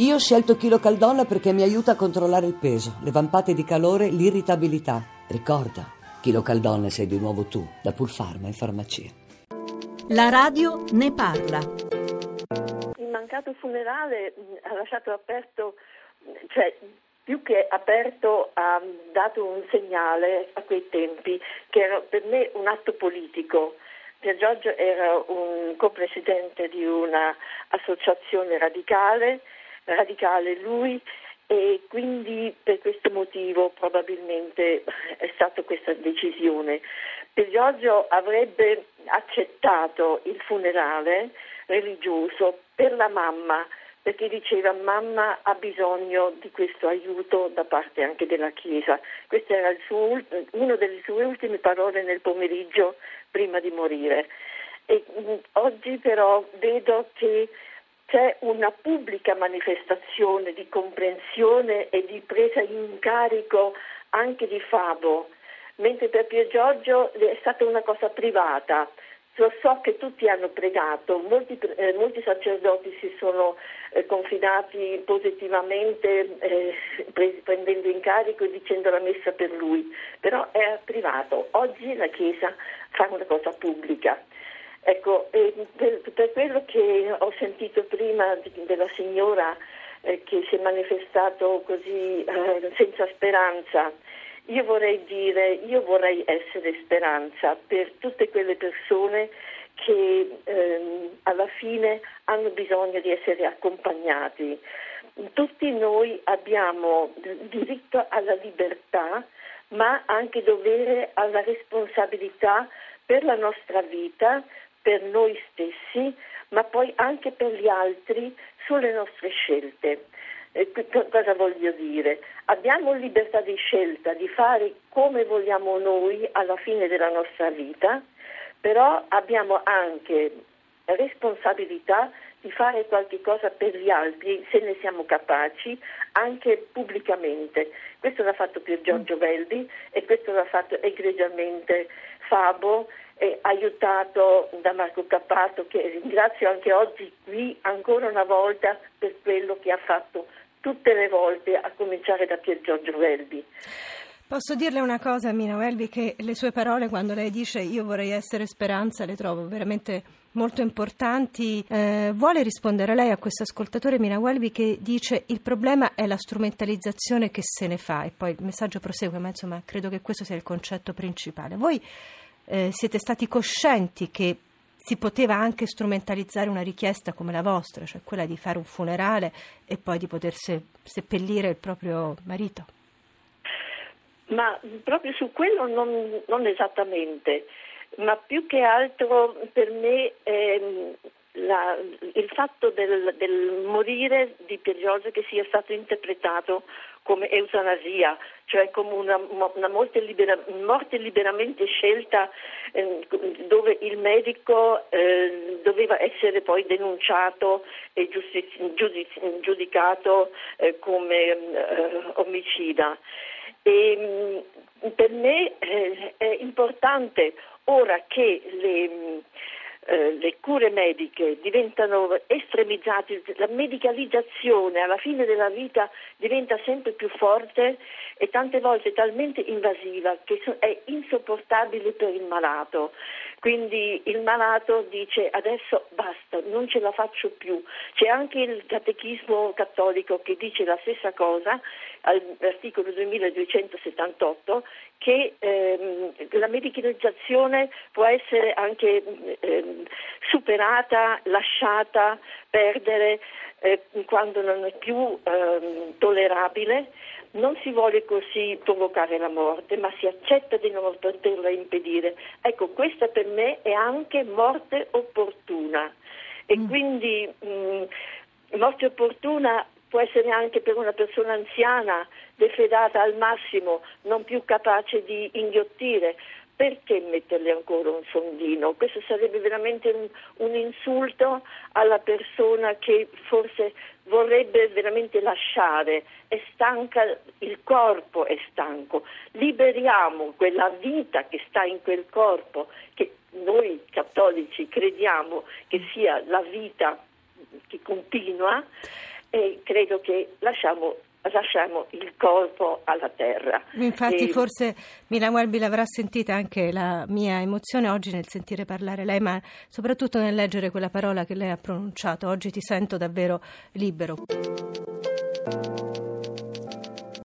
Io ho scelto Chilo Caldonna perché mi aiuta a controllare il peso, le vampate di calore, l'irritabilità. Ricorda, Chilo Caldonna sei di nuovo tu, da Pulpharma in farmacia. La radio ne parla. Il mancato funerale ha lasciato aperto, cioè più che aperto ha dato un segnale a quei tempi che era per me un atto politico. Piergiorgio era un copresidente di una associazione radicale lui, e quindi per questo motivo probabilmente è stata questa decisione. Piergiorgio avrebbe accettato il funerale religioso per la mamma, perché diceva: mamma ha bisogno di questo aiuto da parte anche della Chiesa. Questa era una delle sue ultime parole nel pomeriggio prima di morire. E oggi però vedo che c'è una pubblica manifestazione di comprensione e di presa in carico anche di Fabo, mentre per Piergiorgio è stata una cosa privata. So che tutti hanno pregato, molti sacerdoti si sono confidati positivamente prendendo in carico e dicendo la messa per lui, però è privato. Oggi la Chiesa fa una cosa pubblica. Ecco, per quello che ho sentito prima della signora che si è manifestato così senza speranza, io vorrei essere speranza per tutte quelle persone che alla fine hanno bisogno di essere accompagnati. Tutti noi abbiamo diritto alla libertà, ma anche dovere alla responsabilità per la nostra vita, per noi stessi, ma poi anche per gli altri sulle nostre scelte. Cosa voglio dire? Abbiamo libertà di scelta di fare come vogliamo noi alla fine della nostra vita, però abbiamo anche responsabilità di fare qualche cosa per gli altri se ne siamo capaci, anche pubblicamente. Questo l'ha fatto Piergiorgio Welby e questo l'ha fatto egregiamente Fabo, aiutato da Marco Cappato, che ringrazio anche oggi qui ancora una volta per quello che ha fatto tutte le volte, a cominciare da Piergiorgio Welby. Posso dirle una cosa, Mina Welby, che le sue parole, quando lei dice io vorrei essere speranza, le trovo veramente molto importanti. Vuole rispondere lei a questo ascoltatore, Mina Welby, che dice il problema è la strumentalizzazione che se ne fa, e poi il messaggio prosegue, ma insomma credo che questo sia il concetto principale. Voi siete stati coscienti che si poteva anche strumentalizzare una richiesta come la vostra, cioè quella di fare un funerale e poi di potersi seppellire il proprio marito? Ma proprio su quello non esattamente, ma più che altro per me il fatto del morire di Piergiorgio che sia stato interpretato come eutanasia, cioè come una morte liberamente scelta, dove il medico doveva essere poi denunciato e giudicato come omicida. E per me è importante ora che le cure mediche diventano estremizzate, la medicalizzazione alla fine della vita diventa sempre più forte e tante volte talmente invasiva che è insopportabile per il malato. Quindi il malato dice adesso basta, non ce la faccio più. C'è anche il catechismo cattolico che dice la stessa cosa, all'articolo 2278, che la medicalizzazione può essere anche superata, lasciata perdere quando non è più tollerabile. Non si vuole così provocare la morte, ma si accetta di non poterla impedire. Ecco, questa per me è anche morte opportuna. E quindi morte opportuna può essere anche per una persona anziana, defedata al massimo, non più capace di inghiottire. Perché metterle ancora un sondino? Questo sarebbe veramente un insulto alla persona che forse vorrebbe veramente lasciare. È stanca, il corpo è stanco. Liberiamo quella vita che sta in quel corpo, che noi cattolici crediamo che sia la vita che continua, e credo che lasciamo il corpo alla terra. Infatti forse Mina Welby l'avrà sentita anche la mia emozione oggi nel sentire parlare lei, ma soprattutto nel leggere quella parola che lei ha pronunciato. Oggi ti sento davvero libero.